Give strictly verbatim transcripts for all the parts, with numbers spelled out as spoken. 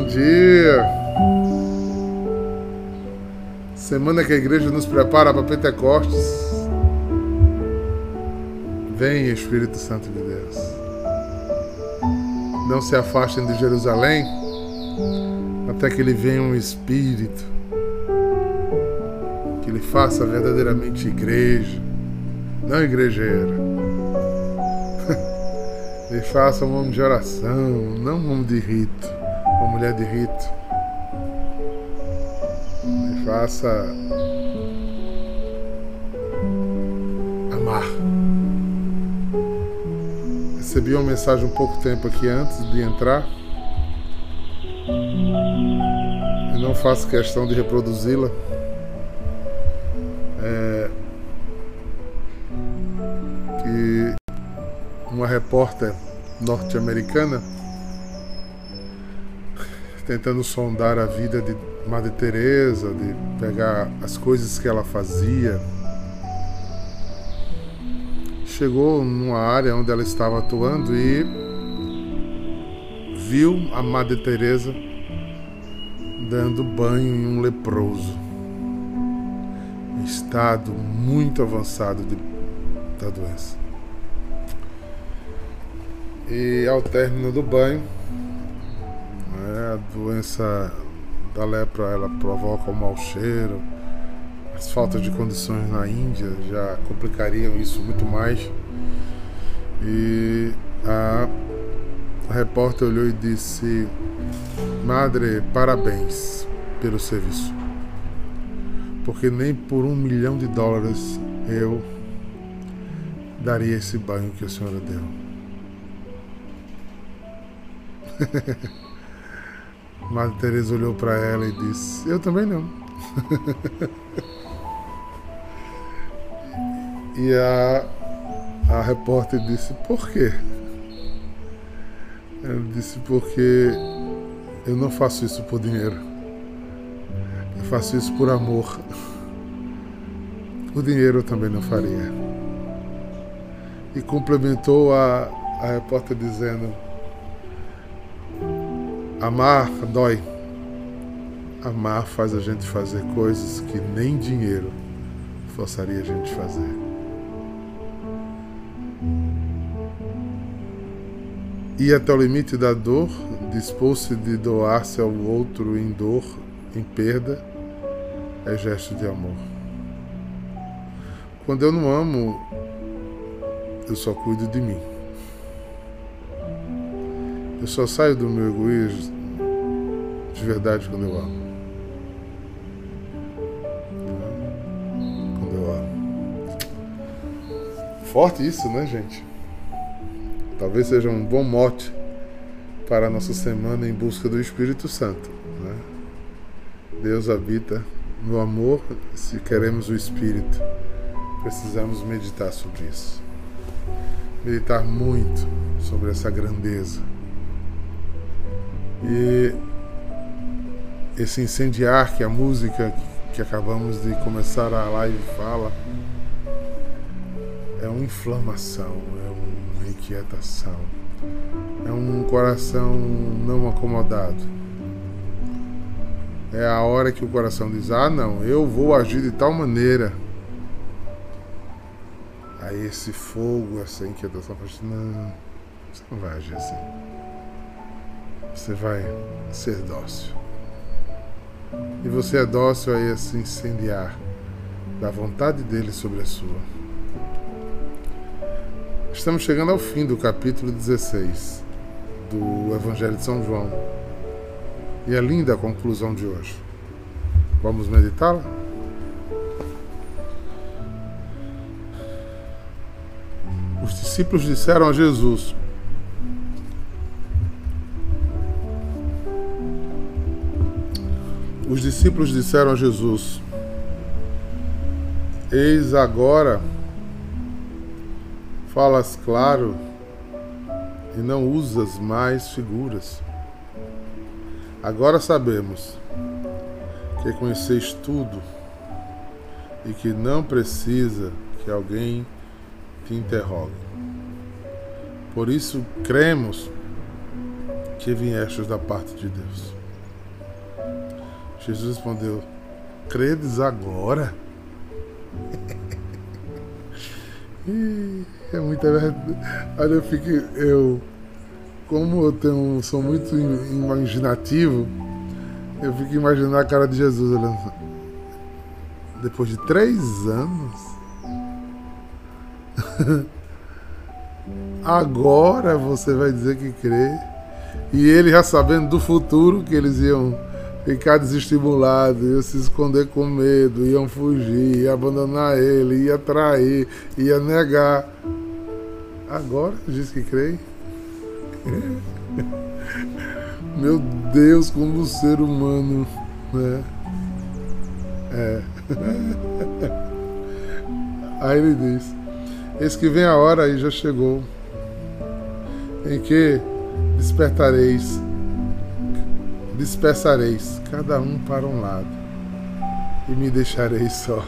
Bom dia! Semana que a igreja nos prepara para Pentecostes. Vem, Espírito Santo de Deus. Não se afastem de Jerusalém até que lhe venha um Espírito que lhe faça verdadeiramente igreja, não igrejeiro. Lhe faça um homem de oração, não um homem de rito, uma mulher de rito. Lhe faça amar. Recebi uma mensagem um pouco tempo aqui antes de entrar. Eu não faço questão de reproduzi-la. É que uma repórter norte-americana, tentando sondar a vida de Madre Teresa, de pegar as coisas que ela fazia, chegou numa área onde ela estava atuando e viu a Madre Teresa dando banho em um leproso, em estado muito avançado de, da doença. E ao término do banho, né, a doença da lepra, ela provoca um mau cheiro. As faltas de condições na Índia já complicariam isso muito mais. E a, a repórter olhou e disse: Madre, parabéns pelo serviço, porque nem por um milhão de dólares eu daria esse banho que a senhora deu. Madre Teresa olhou para ela e disse: eu também não. E a, a repórter disse: por quê? Ela disse: porque eu não faço isso por dinheiro, eu faço isso por amor. Por dinheiro eu também não faria. E complementou a, a repórter dizendo: amar dói. Amar faz a gente fazer coisas que nem dinheiro forçaria a gente fazer. Ir até o limite da dor, dispor-se de doar-se ao outro em dor, em perda, é gesto de amor. Quando eu não amo, eu só cuido de mim. Eu só saio do meu egoísmo de verdade quando eu amo. Quando eu amo. Forte isso, né, gente? Talvez seja um bom mote para a nossa semana em busca do Espírito Santo, né? Deus habita no amor. Se queremos o Espírito, precisamos meditar sobre isso. Meditar muito sobre essa grandeza. E esse incendiar que a música que acabamos de começar a live fala é uma inflamação, é uma inquietação, é um coração não acomodado. É a hora que o coração diz: ah não, eu vou agir de tal maneira. Aí esse fogo, essa inquietação fala: não, você não vai agir assim. Você vai ser dócil. E você é dócil a esse incendiar da vontade dele sobre a sua. Estamos chegando ao fim do capítulo dezesseis do Evangelho de São João. E é linda a conclusão de hoje. Vamos meditá-la? Os discípulos disseram a Jesus: Os discípulos disseram a Jesus: eis agora falas claro e não usas mais figuras. Agora sabemos que conheceis tudo e que não precisa que alguém te interrogue. Por isso cremos que viestes da parte de Deus. Jesus respondeu: credes agora? É muita verdade. Olha, eu fico, eu, como eu tenho, sou muito imaginativo, eu fico imaginando a cara de Jesus olhando. Depois de três anos, agora você vai dizer que crê. E ele já sabendo do futuro, que eles iam ficar desestimulados, iam se esconder com medo, iam fugir, iam abandonar ele, ia trair, ia negar. Agora diz que crê. Meu Deus, como o ser humano, né? É. Aí ele diz: eis que vem a hora, e já chegou, em que despertareis, dispersareis cada um para um lado, e me deixareis só.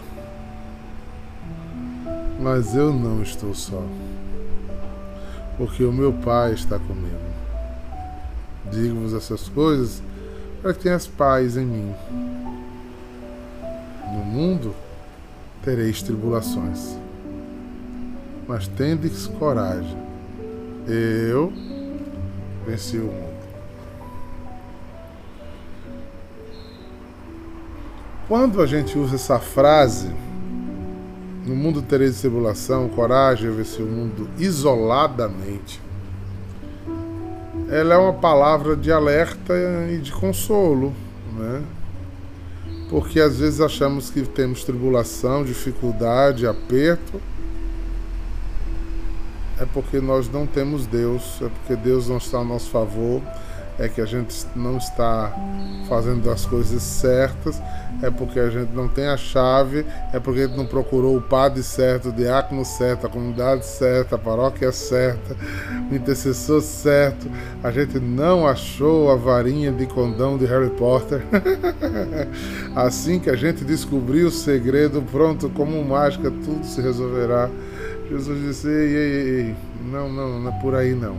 Mas eu não estou só, porque o meu Pai está comigo. Digo-vos essas coisas para que tenhas paz em mim. No mundo tereis tribulações, mas tendes coragem. Eu venci o mundo. Quando a gente usa essa frase, no mundo tereis tribulação, coragem, eu venci o mundo, isoladamente, ela é uma palavra de alerta e de consolo, né? Porque às vezes achamos que temos tribulação, dificuldade, aperto. É porque nós não temos Deus, é porque Deus não está a nosso favor, é que a gente não está fazendo as coisas certas, é porque a gente não tem a chave, é porque a gente não procurou o padre certo, o diácono certo, a comunidade certa, a paróquia certa, o intercessor certo. A gente não achou a varinha de condão de Harry Potter. Assim que a gente descobriu o segredo, pronto, como mágica, tudo se resolverá. Jesus disse: ei, ei, ei, não, não, não é por aí não.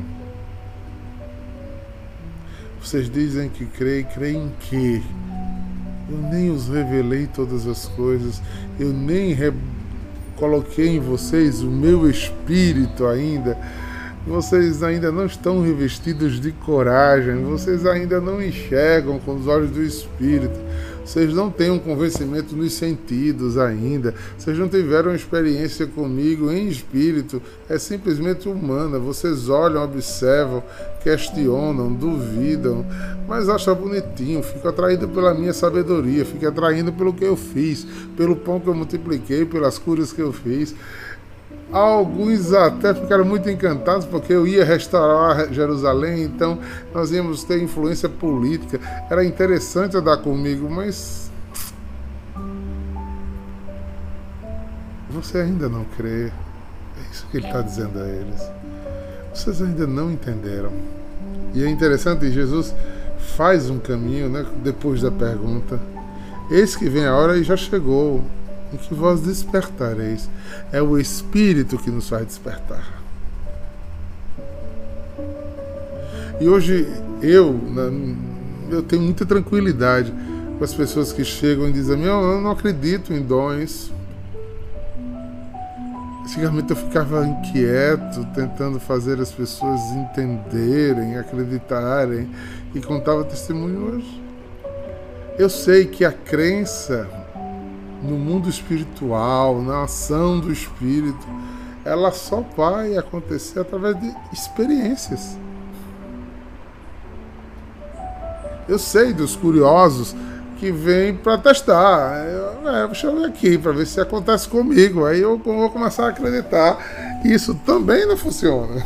Vocês dizem que creem, creem em quê? Eu nem os revelei todas as coisas, eu nem re... coloquei em vocês o meu espírito ainda. Vocês ainda não estão revestidos de coragem, vocês ainda não enxergam com os olhos do espírito. Vocês não têm um convencimento nos sentidos ainda. Vocês não tiveram experiência comigo em espírito. É simplesmente humana. Vocês olham, observam, questionam, duvidam, mas acham bonitinho. Fico atraído pela minha sabedoria. Fico atraído pelo que eu fiz, pelo pão que eu multipliquei, pelas curas que eu fiz. Alguns até ficaram muito encantados porque eu ia restaurar Jerusalém, então nós íamos ter influência política. Era interessante andar comigo, mas você ainda não crê. É isso que ele está dizendo a eles. Vocês ainda não entenderam. E é interessante, Jesus faz um caminho, né, depois da pergunta. Eis que vem a hora e já chegou, em que vós despertareis. É o Espírito que nos faz despertar. E hoje eu, eu tenho muita tranquilidade com as pessoas que chegam e dizem: eu não acredito em dons. Antigamente eu ficava inquieto, tentando fazer as pessoas entenderem, acreditarem, e contava testemunhos. Eu sei que a crença no mundo espiritual, na ação do Espírito, ela só vai acontecer através de experiências. Eu sei dos curiosos que vêm para testar. Eu, é, deixa eu ver aqui para ver se acontece comigo. Aí eu vou começar a acreditar que isso também não funciona.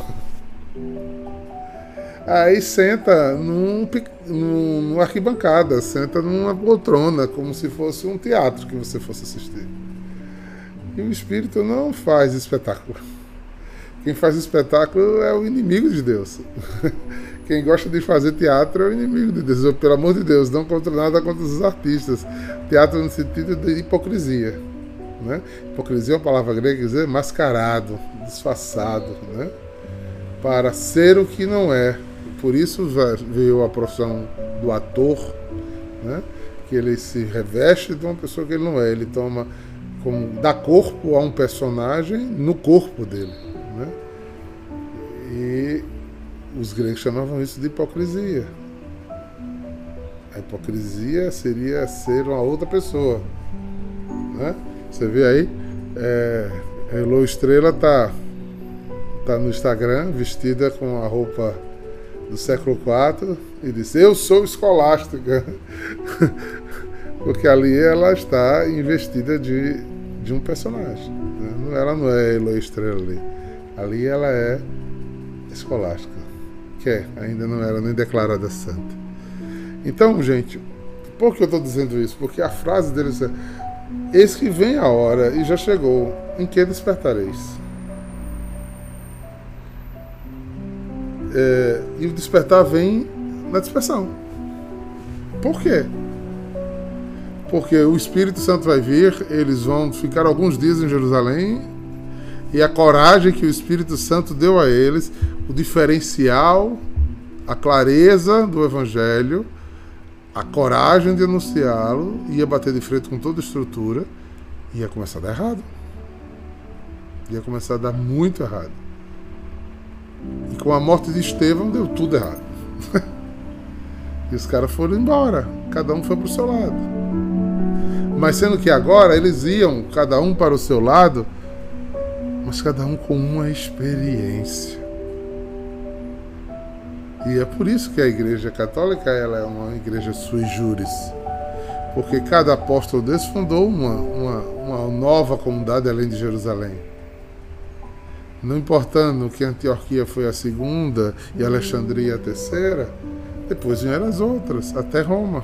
Aí senta num, num, numa arquibancada, senta numa poltrona, como se fosse um teatro que você fosse assistir. E o Espírito não faz espetáculo. Quem faz espetáculo é o inimigo de Deus. Quem gosta de fazer teatro é o inimigo de Deus. Eu, pelo amor de Deus, não contra nada contra os artistas. Teatro no sentido de hipocrisia, né? Hipocrisia é uma palavra grega que quer dizer mascarado, disfarçado, né? Para ser o que não é. Por isso veio a profissão do ator, né? que ele se reveste de uma pessoa que ele não é. Ele toma como dá corpo a um personagem no corpo dele, né? E os gregos chamavam isso de hipocrisia. A hipocrisia seria ser uma outra pessoa, né? Você vê aí, é, a Elo Estrela está tá no Instagram vestida com a roupa do século quatro e diz: eu sou escolástica. Porque ali ela está investida de, de um personagem, né? Ela não é Elo Estrela ali. Ali ela é escolástica, que é, ainda não era nem declarada santa. Então, gente, por que eu estou dizendo isso? Porque a frase deles é: eis que vem a hora e já chegou, em que despertareis. É, e o despertar vem na dispersão. Por quê? Porque o Espírito Santo vai vir, eles vão ficar alguns dias em Jerusalém, e a coragem que o Espírito Santo deu a eles, o diferencial, a clareza do Evangelho, a coragem de anunciá-lo, ia bater de frente com toda a estrutura, ia começar a dar errado. Ia começar a dar muito errado. E com a morte de Estevão deu tudo errado. E os caras foram embora, cada um foi para o seu lado. Mas sendo que agora eles iam, cada um para o seu lado, mas cada um com uma experiência. E é por isso que a Igreja Católica ela é uma igreja sui juris. Porque cada apóstolo desse fundou uma, uma, uma nova comunidade além de Jerusalém. Não importando que Antioquia foi a segunda e Alexandria a terceira, depois vieram as outras, até Roma.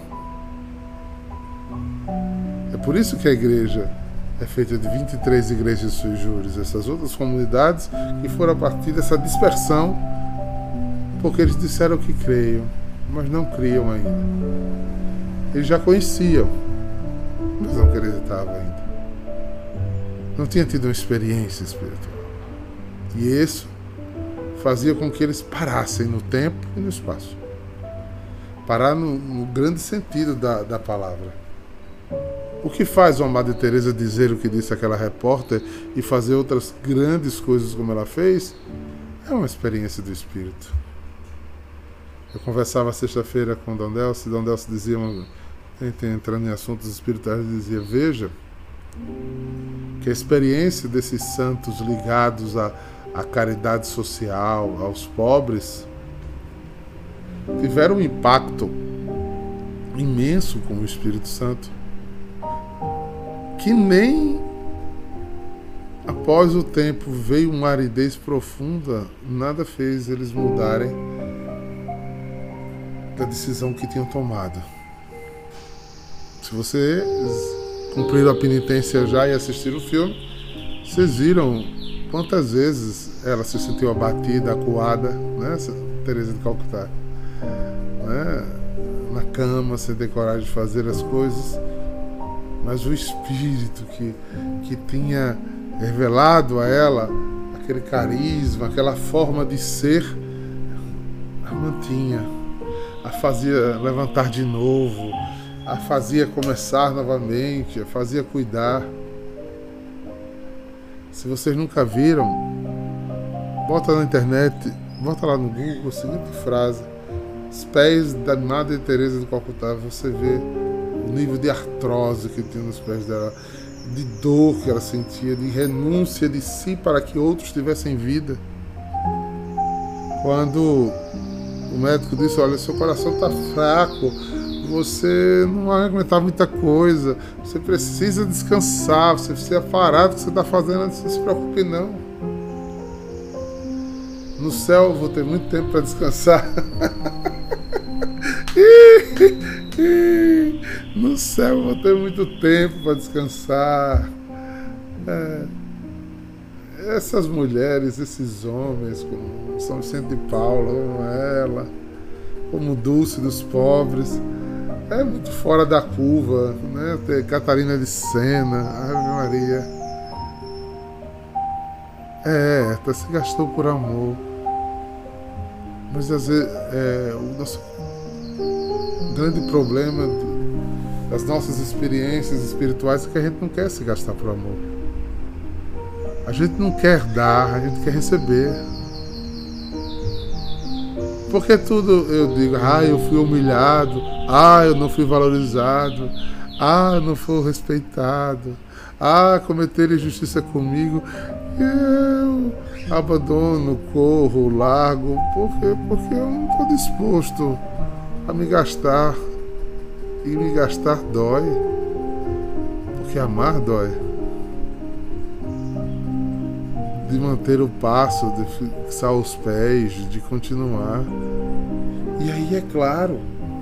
É por isso que a igreja é feita de vinte e três igrejas sui juris, essas outras comunidades que foram a partir dessa dispersão, porque eles disseram que creiam, mas não criam ainda. Eles já conheciam, mas não acreditavam ainda. Não tinha tido uma experiência espiritual. E isso fazia com que eles parassem no tempo e no espaço. Parar no, no grande sentido da, da palavra. O que faz a Madre Teresa dizer o que disse aquela repórter e fazer outras grandes coisas como ela fez? É uma experiência do Espírito. Eu conversava sexta-feira com Dom Delcio, e Dom Delcio dizia, entrando em assuntos espirituais, dizia: veja que a experiência desses santos ligados à, à caridade social, aos pobres, tiveram um impacto imenso com o Espírito Santo, que nem após o tempo veio uma aridez profunda, nada fez eles mudarem da decisão que tinham tomado. Se vocês cumpriram a penitência já e assistiram o filme, vocês viram quantas vezes ela se sentiu abatida, acuada, né? Teresa de Calcutá, né? Na cama, sem ter coragem de fazer as coisas, mas o Espírito que, que tinha revelado a ela aquele carisma, aquela forma de ser, a mantinha, a fazia levantar de novo, a fazia começar novamente, a fazia cuidar. Se vocês nunca viram, bota na internet, bota lá no Google a seguinte frase: os pés da Madre Teresa de Calcutá. Você vê o nível de artrose que tinha nos pés dela, de dor que ela sentia, de renúncia de si para que outros tivessem vida. Quando o médico disse: olha, seu coração está fraco, você não vai aguentar muita coisa, você precisa descansar, você precisa parar do que você está fazendo, não se preocupe não. No céu eu vou ter muito tempo para descansar. No céu eu vou ter muito tempo para descansar. É. Essas mulheres, esses homens, como São Vicente de Paula, como ela, como Dulce dos pobres, é muito fora da curva, né? Ter Catarina de Sena, Ave Maria. É, até se gastou por amor. Mas às vezes é, o nosso grande problema das nossas experiências espirituais é que a gente não quer se gastar por amor. A gente não quer dar, a gente quer receber. Porque tudo eu digo, ah, eu fui humilhado, ah, eu não fui valorizado, ah, eu não fui respeitado, ah, cometeram injustiça comigo, eu abandono, corro, largo, porque, porque eu não estou disposto a me gastar. E me gastar dói, porque amar dói. De manter o passo, de fixar os pés, de continuar. E aí é claro,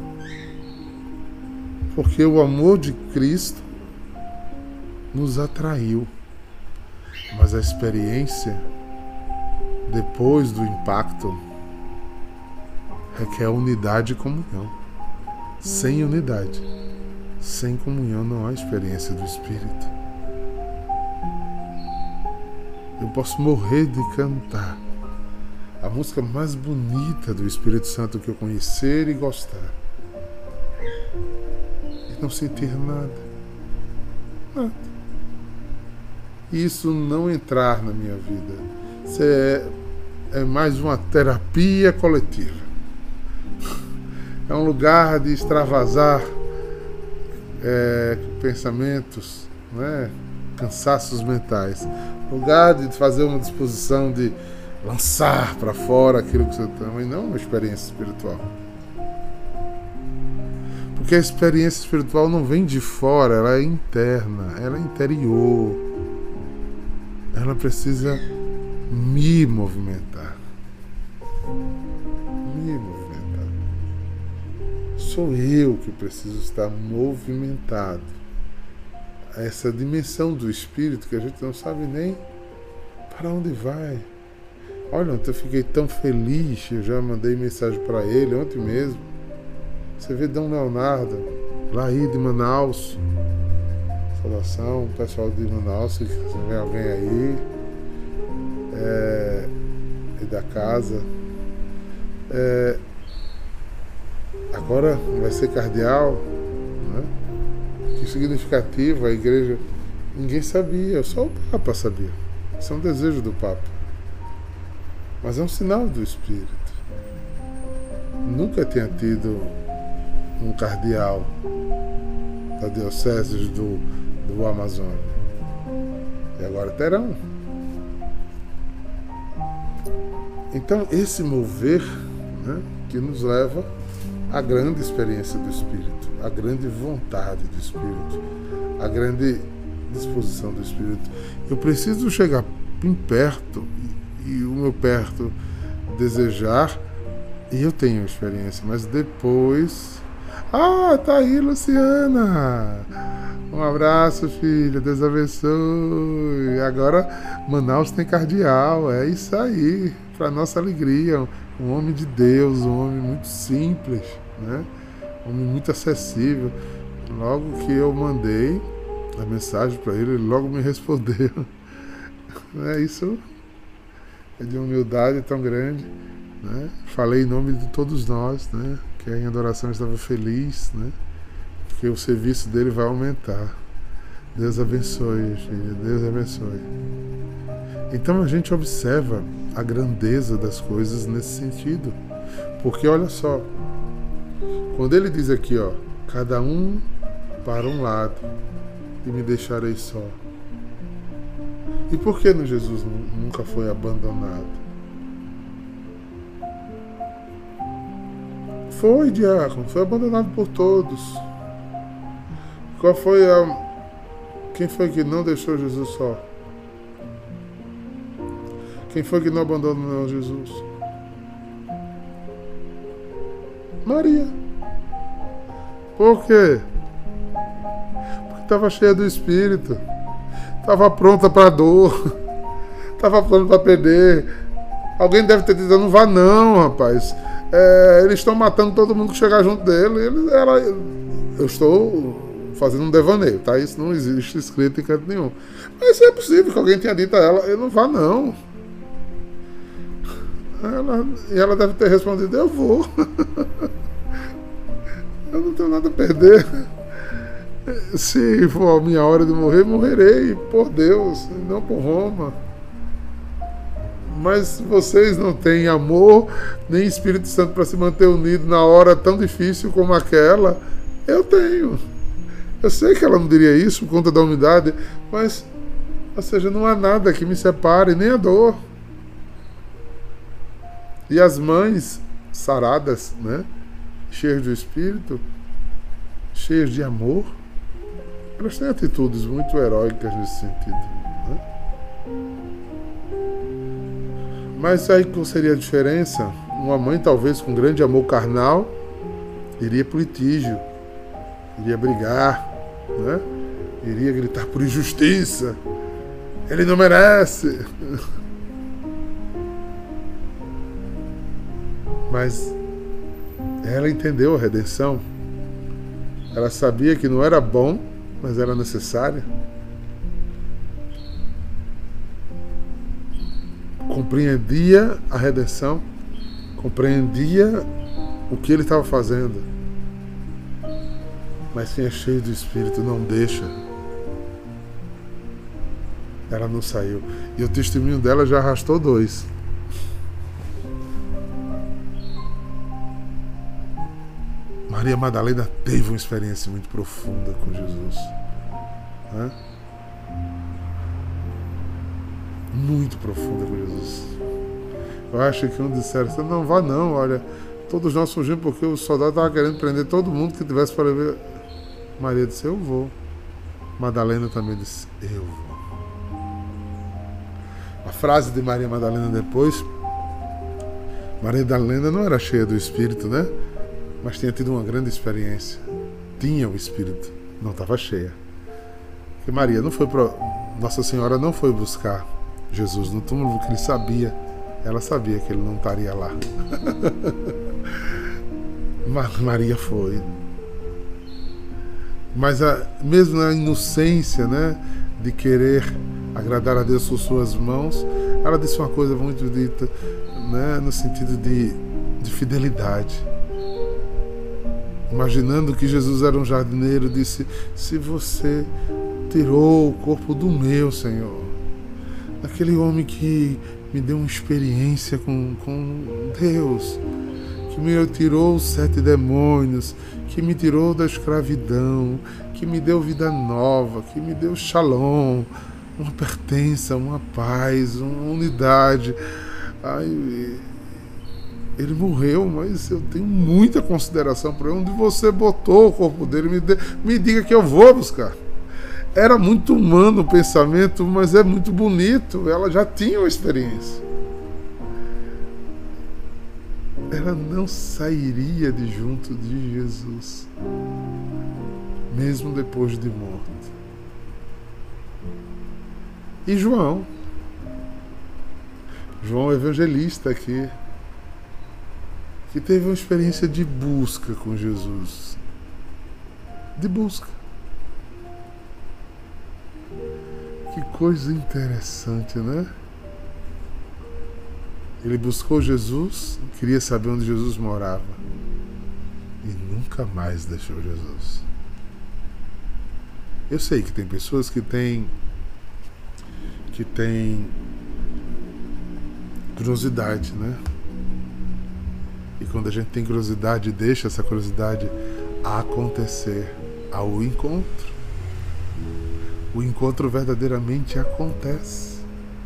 porque o amor de Cristo nos atraiu, mas a experiência depois do impacto requer unidade e comunhão. Sem unidade, sem comunhão, não há experiência do Espírito. Eu posso morrer de cantar a música mais bonita do Espírito Santo que eu conhecer e gostar, e não sentir nada, nada. E isso não entrar na minha vida. Isso é, é mais uma terapia coletiva. É um lugar de extravasar é, pensamentos, né? Cansaços mentais. Lugar de fazer uma disposição de lançar para fora aquilo que você tem, e não uma experiência espiritual. Porque a experiência espiritual não vem de fora, ela é interna, ela é interior. Ela precisa me movimentar. Me movimentar. Sou eu que preciso estar movimentado. Essa dimensão do Espírito que a gente não sabe nem para onde vai. Olha, ontem eu fiquei tão feliz, eu já mandei mensagem para ele ontem mesmo. Você vê Dom Leonardo, lá aí de Manaus. Saudação, pessoal de Manaus, se tiver alguém aí, é, e da casa. É, agora vai ser cardeal, né? Que significativo, a igreja, ninguém sabia, só o Papa sabia. Isso é um desejo do Papa, mas é um sinal do Espírito. Nunca tinha tido um cardeal da diocese do, do Amazonas, e agora terão. Então esse mover, né, que nos leva a grande experiência do Espírito, a grande vontade do Espírito, a grande disposição do Espírito. Eu preciso chegar bem perto e, e o meu perto desejar, e eu tenho experiência, mas depois... Ah, tá aí, Luciana! Um abraço, filha, Deus abençoe. Agora Manaus tem cardeal, é isso aí, para nossa alegria. Um homem de Deus, um homem muito simples, né? Um homem muito acessível. Logo que eu mandei a mensagem para ele, ele logo me respondeu. É, isso é de humildade tão grande, né? Falei em nome de todos nós, né? Que em adoração estava feliz, né? Porque o serviço dele vai aumentar. Deus abençoe, filha, Deus abençoe. Então a gente observa a grandeza das coisas nesse sentido. Porque olha só, quando ele diz aqui, ó, cada um para um lado e me deixarei só. E por que no Jesus nunca foi abandonado? Foi, diácono, foi abandonado por todos. Qual foi a... Quem foi que não deixou Jesus só? Quem foi que não abandonou Jesus? Maria. Por quê? Porque estava cheia do Espírito. Estava pronta para a dor. Estava pronta para perder. Alguém deve ter dito, não vá não, rapaz. É, eles estão matando todo mundo que chegar junto dele. Ele, ela, eu estou fazendo um devaneio, tá? Isso não existe escrito em canto nenhum. Mas é possível que alguém tenha dito a ela, eu não vá não. Ela, e ela deve ter respondido, eu vou. Eu não tenho nada a perder. se for a minha hora de morrer, morrerei por Deus, não por Roma. Mas vocês não têm amor nem Espírito Santo para se manter unido na hora tão difícil como aquela. Eu tenho. Eu sei que ela não diria isso por conta da umidade, mas, ou seja, não há nada que me separe, nem a dor. E as mães saradas, né, cheias do Espírito, cheias de amor, elas têm atitudes muito heróicas nesse sentido, né? Mas aí qual seria a diferença? Uma mãe, talvez com grande amor carnal, iria para o litígio, iria brigar, né? Iria gritar por injustiça. Ele não merece. Mas ela entendeu a redenção. Ela sabia que não era bom, mas era necessária. Compreendia a redenção, compreendia o que ele estava fazendo. Mas quem é cheio do Espírito não deixa. Ela não saiu. E o testemunho dela já arrastou dois. Maria Madalena teve uma experiência muito profunda com Jesus, né? Muito profunda com Jesus. Eu acho que um disseram assim, não vá não, olha, todos nós fugimos porque o soldado estava querendo prender todo mundo que tivesse para ver. Maria disse, eu vou. Madalena também disse, eu vou. A frase de Maria Madalena depois, Maria Madalena não era cheia do Espírito, né? Mas tinha tido uma grande experiência. Tinha o Espírito, não estava cheia. Porque Maria não foi para... Nossa Senhora não foi buscar Jesus no túmulo porque ele sabia, ela sabia que ele não estaria lá. Mas Maria foi. Mas a, mesmo na inocência, né, de querer agradar a Deus com suas mãos, ela disse uma coisa muito dita, né, no sentido de, de fidelidade. Imaginando que Jesus era um jardineiro, disse, se você tirou o corpo do meu Senhor, daquele homem que me deu uma experiência com, com Deus, que me tirou os sete demônios, que me tirou da escravidão, que me deu vida nova, que me deu shalom, uma pertença, uma paz, uma unidade. Ai, ele morreu, mas eu tenho muita consideração por ele. Onde você botou o corpo dele, me, de, me diga que eu vou buscar. Era muito humano o pensamento, mas é muito bonito. Ela já tinha uma experiência. Ela não sairia de junto de Jesus, mesmo depois de morto. E João, João evangelista aqui, que teve uma experiência de busca com Jesus. De busca. Que coisa interessante, né? Ele buscou Jesus, queria saber onde Jesus morava. E nunca mais deixou Jesus. Eu sei que tem pessoas que têm que têm curiosidade, né? E quando a gente tem curiosidade, deixa essa curiosidade acontecer ao encontro. O encontro verdadeiramente acontece.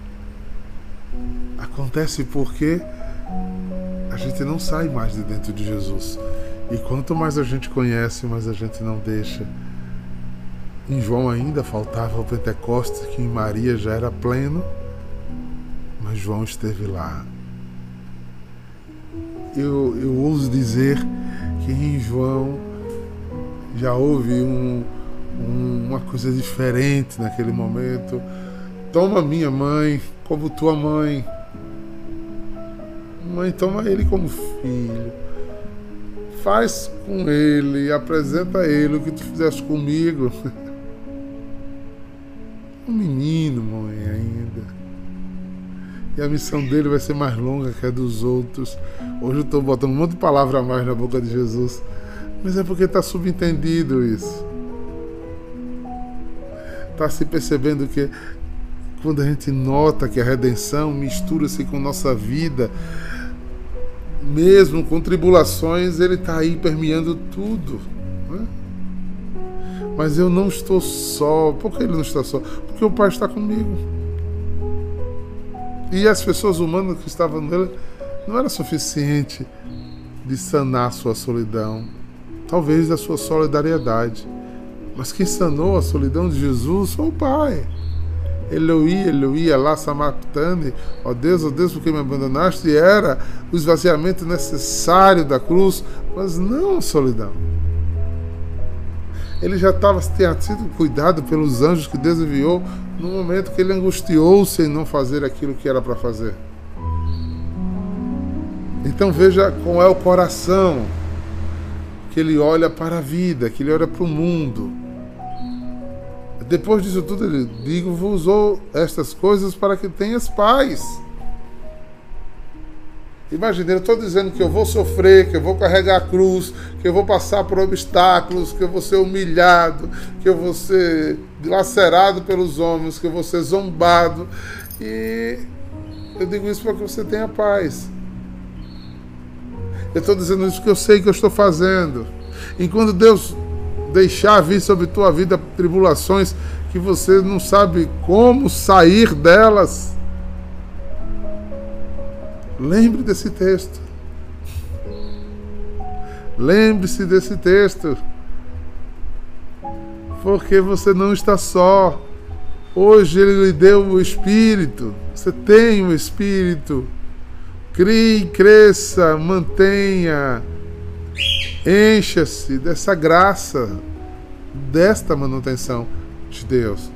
Acontece porque a gente não sai mais de dentro de Jesus. E quanto mais a gente conhece, mais a gente não deixa. Em João ainda faltava o Pentecostes, que em Maria já era pleno, mas João esteve lá. Eu, eu ouso dizer que em João já houve um, um, uma coisa diferente naquele momento. Toma minha mãe como tua mãe. Mãe, toma ele como filho. Faz com ele, apresenta a ele o que tu fizeste comigo. Um menino, mãe, ainda. E a missão dele vai ser mais longa que a dos outros. Hoje eu estou botando um monte de palavra a mais na boca de Jesus. Mas é porque está subentendido isso. está se percebendo que quando a gente nota que a redenção mistura-se com nossa vida, mesmo com tribulações, ele está aí permeando tudo, né? Mas eu não estou só. Por que ele não está só? Porque o Pai está comigo. E as pessoas humanas que estavam nele não era suficiente de sanar a sua solidão, talvez a sua solidariedade. Mas quem sanou a solidão de Jesus foi o Pai. Eloi, Eloi, lá sabachthani, ó Deus, ó Deus, por que me abandonaste? Era o esvaziamento necessário da cruz, mas não a solidão. Ele já estava, tinha sido cuidado pelos anjos que Deus enviou no momento que ele angustiou-se em não fazer aquilo que era para fazer. Então veja como é o coração, que ele olha para a vida, que ele olha para o mundo. Depois disso tudo, ele digo, vos usou estas coisas para que tenhas paz. Imagina, eu estou dizendo que eu vou sofrer, que eu vou carregar a cruz, que eu vou passar por obstáculos, que eu vou ser humilhado, que eu vou ser dilacerado pelos homens, que eu vou ser zombado. E eu digo isso para que você tenha paz. Eu estou dizendo isso porque eu sei que eu estou fazendo. E quando Deus deixar vir sobre tua vida tribulações que você não sabe como sair delas, lembre desse texto. Lembre-se desse texto. Porque você não está só. Hoje Ele lhe deu o Espírito. Você tem o Espírito. Crie, cresça, mantenha. Encha-se dessa graça, desta manutenção de Deus.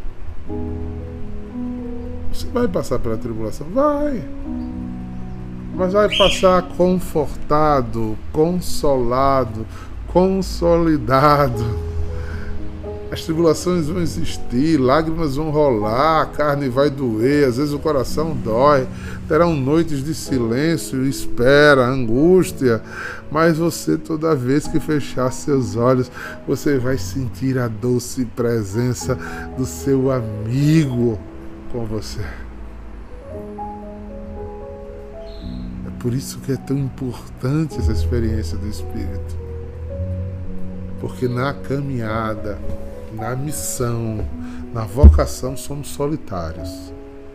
Você vai passar pela tribulação? Vai. Mas vai passar confortado, consolado, consolidado. As tribulações vão existir, lágrimas vão rolar, a carne vai doer, às vezes o coração dói, terão noites de silêncio, espera, angústia, mas você, toda vez que fechar seus olhos, você vai sentir a doce presença do seu amigo com você. É por isso que é tão importante essa experiência do Espírito, porque na caminhada, na missão, na vocação, somos solitários,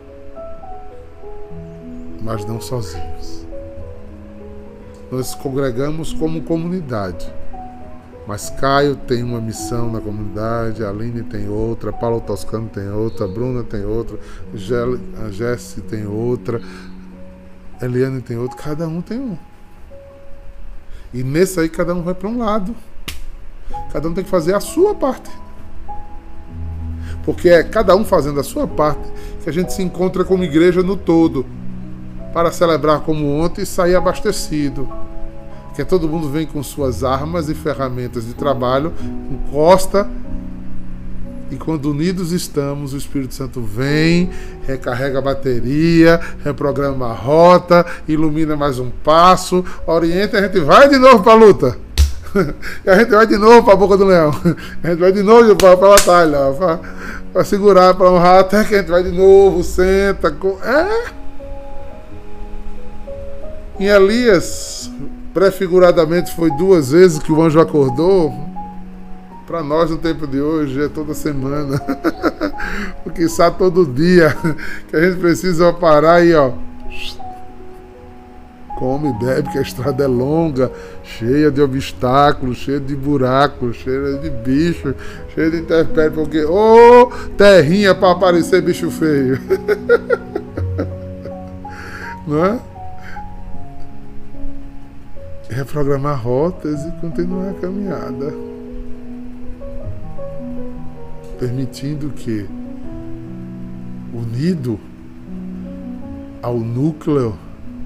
mas não sozinhos. Nós congregamos como comunidade, mas Caio tem uma missão na comunidade, a Aline tem outra, Paulo Toscano tem outra, a Bruna tem outra, a Jessi tem outra, a Eliane tem outra, cada um tem um. E nesse aí cada um vai para um lado, cada um tem que fazer a sua parte. Porque é cada um fazendo a sua parte que a gente se encontra como igreja no todo, para celebrar como ontem e sair abastecido. Que todo mundo vem com suas armas e ferramentas de trabalho, encosta, e quando unidos estamos, o Espírito Santo vem, recarrega a bateria, reprograma a rota, ilumina mais um passo, orienta e a gente vai de novo para a luta. E a gente vai de novo para a boca do leão. A gente vai de novo para a batalha, para segurar, para honrar, até que a gente vai de novo, senta. Com... É. Em Elias, prefiguradamente, foi duas vezes que o anjo acordou. Para nós, no tempo de hoje, é toda semana. Porque está todo dia que a gente precisa parar e, ó, come e bebe, que a estrada é longa, cheia de obstáculos, cheia de buracos, cheia de bichos, cheia de intempéries, porque, ô, oh, terrinha para aparecer bicho feio. Não é? Reprogramar rotas e continuar a caminhada, permitindo que, unido ao núcleo,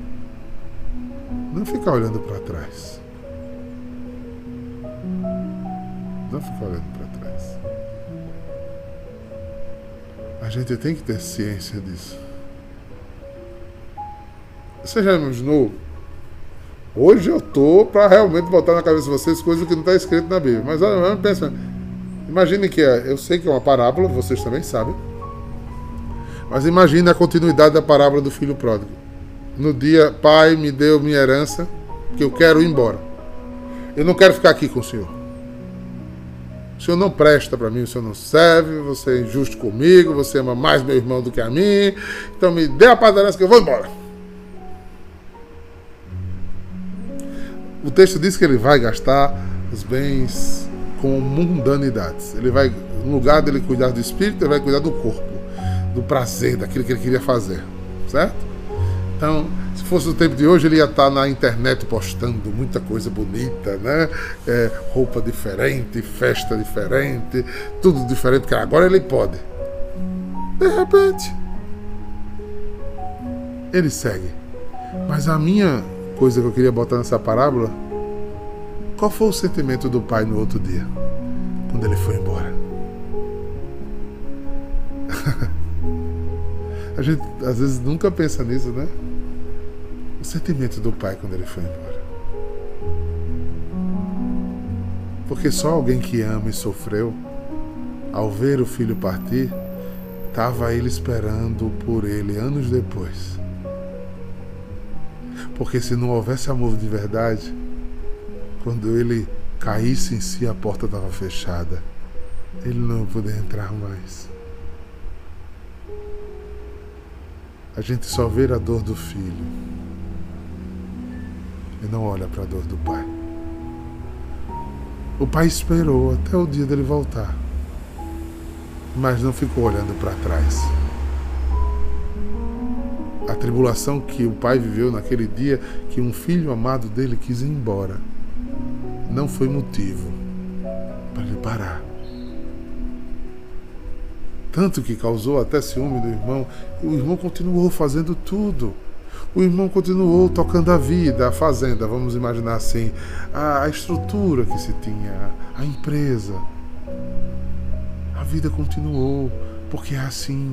não ficar olhando para trás. Não ficar olhando para trás. A gente tem que ter ciência disso. Você já imaginou? Hoje eu tô para realmente botar na cabeça de vocês coisas que não está escrito na Bíblia. Mas olha, pensa, Imagine que, eu sei que é uma parábola, vocês também sabem, mas imagine a continuidade da parábola do filho pródigo. No dia, pai, me deu minha herança, que eu quero ir embora. Eu não quero ficar aqui com o senhor. O senhor não presta para mim, o senhor não serve, você é injusto comigo, você ama mais meu irmão do que a mim, então me dê a parte da herança que eu vou embora. O texto diz que ele vai gastar os bens com mundanidades. Ele vai, no lugar dele cuidar do espírito, ele vai cuidar do corpo, do prazer, daquilo que ele queria fazer, certo? Então, se fosse no tempo de hoje, ele ia estar na internet postando muita coisa bonita, né? É, roupa diferente, festa diferente, tudo diferente, que agora ele pode. De repente, ele segue. Mas a minha coisa que eu queria botar nessa parábola, qual foi o sentimento do pai no outro dia, quando ele foi embora? A gente às vezes nunca pensa nisso, né? O sentimento do pai quando ele foi embora. Porque só alguém que ama e sofreu, ao ver o filho partir, estava ele esperando por ele anos depois. Porque se não houvesse amor de verdade, quando ele caísse em si, a porta estava fechada. Ele não ia poder entrar mais. A gente só vê a dor do filho e não olha para a dor do pai. O pai esperou até o dia dele voltar, mas não ficou olhando para trás. A tribulação que o pai viveu naquele dia, que um filho amado dele quis ir embora, não foi motivo para ele parar. Tanto que causou até ciúme do irmão. O irmão continuou fazendo tudo. O irmão continuou tocando a vida, a fazenda, vamos imaginar assim, a, a estrutura que se tinha, a empresa. A vida continuou, porque é assim.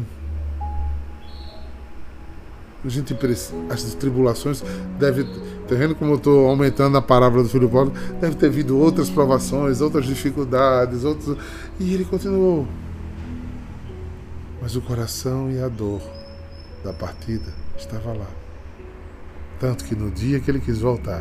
A gente precisa, as tribulações deve, tá vendo como eu estou aumentando a parábola do filho pródigo? Deve ter havido outras provações, outras dificuldades, outros, e ele continuou. Mas o coração e a dor da partida estava lá. Tanto que no dia que ele quis voltar,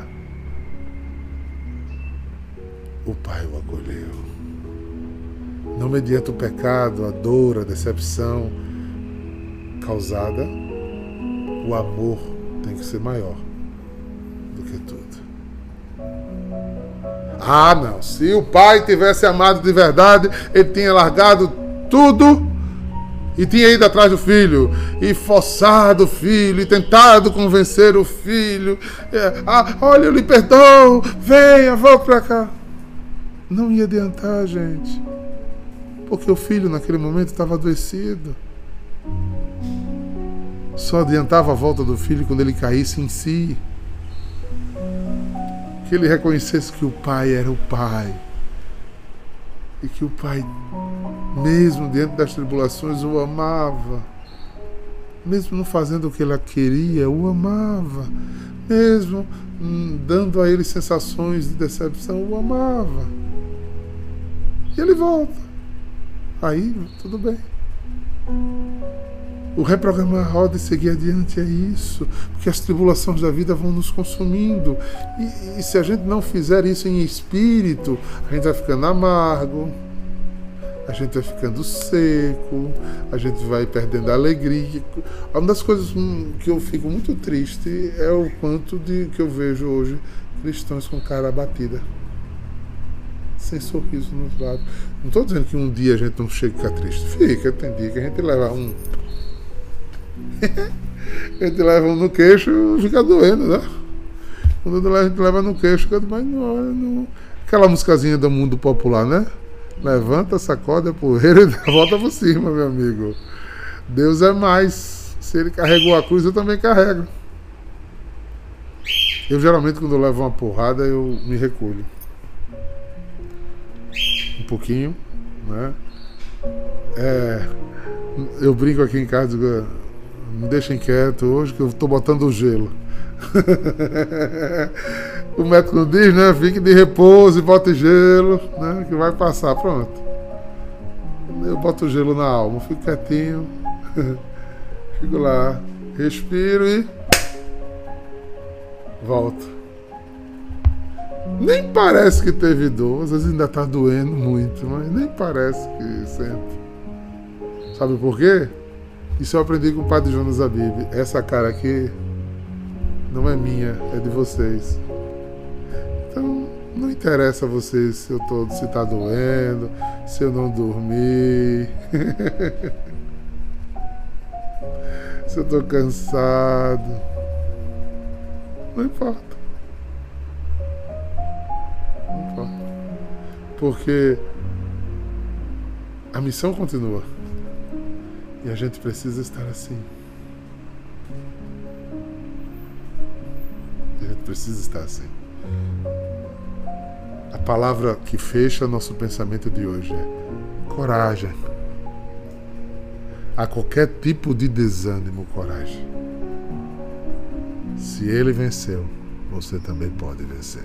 o pai o acolheu. Não mediante o pecado, a dor, a decepção causada, o amor tem que ser maior do que tudo. Ah, não. Se o pai tivesse amado de verdade, ele tinha largado tudo e tinha ido atrás do filho, e forçado o filho, e tentado convencer o filho. É, ah, olha, eu lhe perdoo, venha, vou para cá. Não ia adiantar, gente. Porque o filho naquele momento estava adoecido. Só adiantava a volta do filho quando ele caísse em si. Que ele reconhecesse que o pai era o pai. E que o pai, mesmo dentro das tribulações, o amava. Mesmo não fazendo o que ela queria, o amava. Mesmo hum, dando a ele sensações de decepção, o amava. E ele volta. Aí, tudo bem. O reprogramar a roda e seguir adiante é isso, porque as tribulações da vida vão nos consumindo, e, e se a gente não fizer isso em espírito, a gente vai ficando amargo, a gente vai ficando seco, a gente vai perdendo a alegria. Uma das coisas que eu fico muito triste é o quanto de que eu vejo hoje cristãos com cara abatida, sem sorriso nos lábios. Não estou dizendo que um dia a gente não chega a ficar triste, fica, tem dia que a gente leva um a gente leva no queixo e fica doendo, né? Quando a gente leva no queixo, fica mas não, não. Aquela musicazinha do mundo popular, né? Levanta, sacode a poeira e volta por cima, meu amigo. Deus é mais. Se ele carregou a cruz, eu também carrego. Eu geralmente, quando eu levo uma porrada, eu me recolho um pouquinho, né? É, eu brinco aqui em casa, digo, me deixem quieto hoje que eu estou botando o gelo. O médico não diz, né? Fique de repouso e bote gelo, né? Que vai passar, pronto. eu boto gelo na alma, fico quietinho, fico lá, respiro e volto. Nem parece que teve dor, às vezes ainda tá doendo muito, mas nem parece que sente. Sabe por quê? Isso eu aprendi com o Padre Jonas Abib. Essa cara aqui não é minha, é de vocês. Então, não interessa a vocês se eu tô, se tá doendo, se eu não dormi, se eu tô cansado. Não importa. Não importa. Porque a missão continua. E a gente precisa estar assim. A gente precisa estar assim. A palavra que fecha nosso pensamento de hoje é coragem. A qualquer tipo de desânimo, coragem. Se ele venceu, você também pode vencer.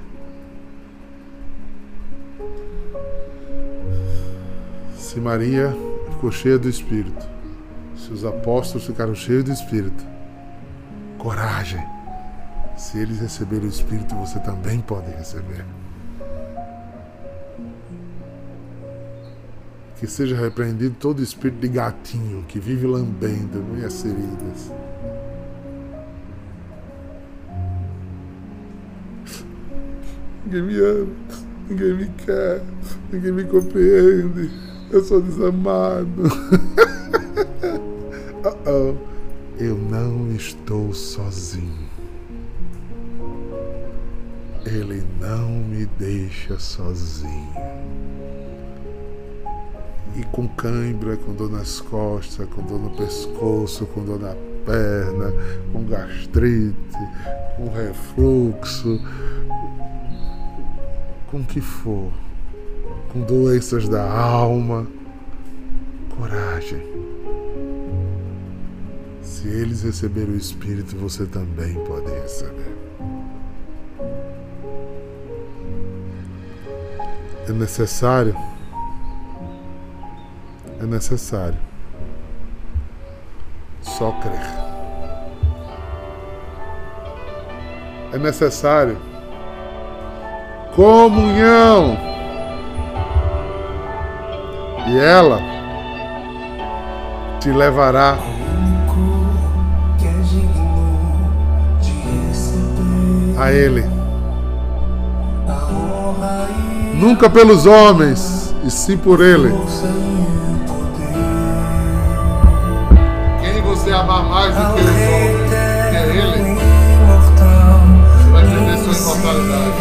Se Maria ficou cheia do Espírito, se os apóstolos ficaram cheios do Espírito, coragem. Se eles receberam o Espírito, você também pode receber. Que seja repreendido todo espírito de gatinho que vive lambendo minhas feridas. Ninguém me ama, ninguém me quer, ninguém me compreende. Eu sou desamado. oh, oh. Eu não estou sozinho. Ele não me deixa sozinho. E com cãibra, com dor nas costas, com dor no pescoço, com dor na perna, com gastrite, com refluxo, com o que for, com doenças da alma, coragem. Se eles receberam o Espírito, você também pode receber. É necessário, é necessário só crer. É necessário comunhão. E ela te levará a Ele. Nunca pelos homens, e sim por Ele. Quem você amar mais do que os homens, que é Ele, você vai perder sua imortalidade.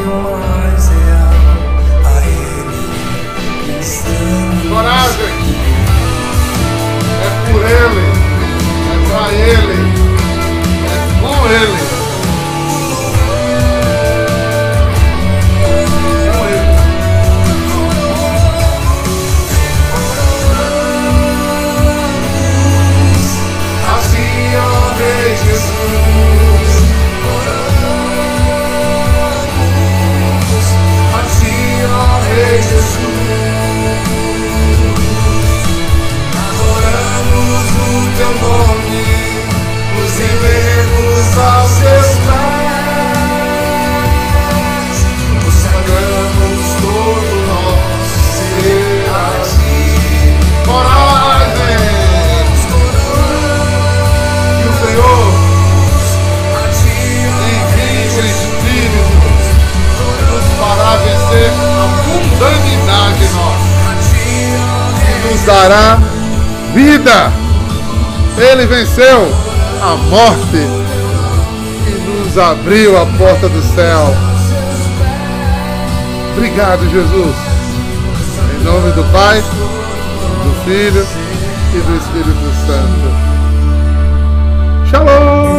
Coragem. É por Ele, é pra Ele, é com Ele. Dará vida. Ele venceu a morte e nos abriu a porta do céu. Obrigado, Jesus. Em nome do Pai, do Filho e do Espírito Santo. Shalom.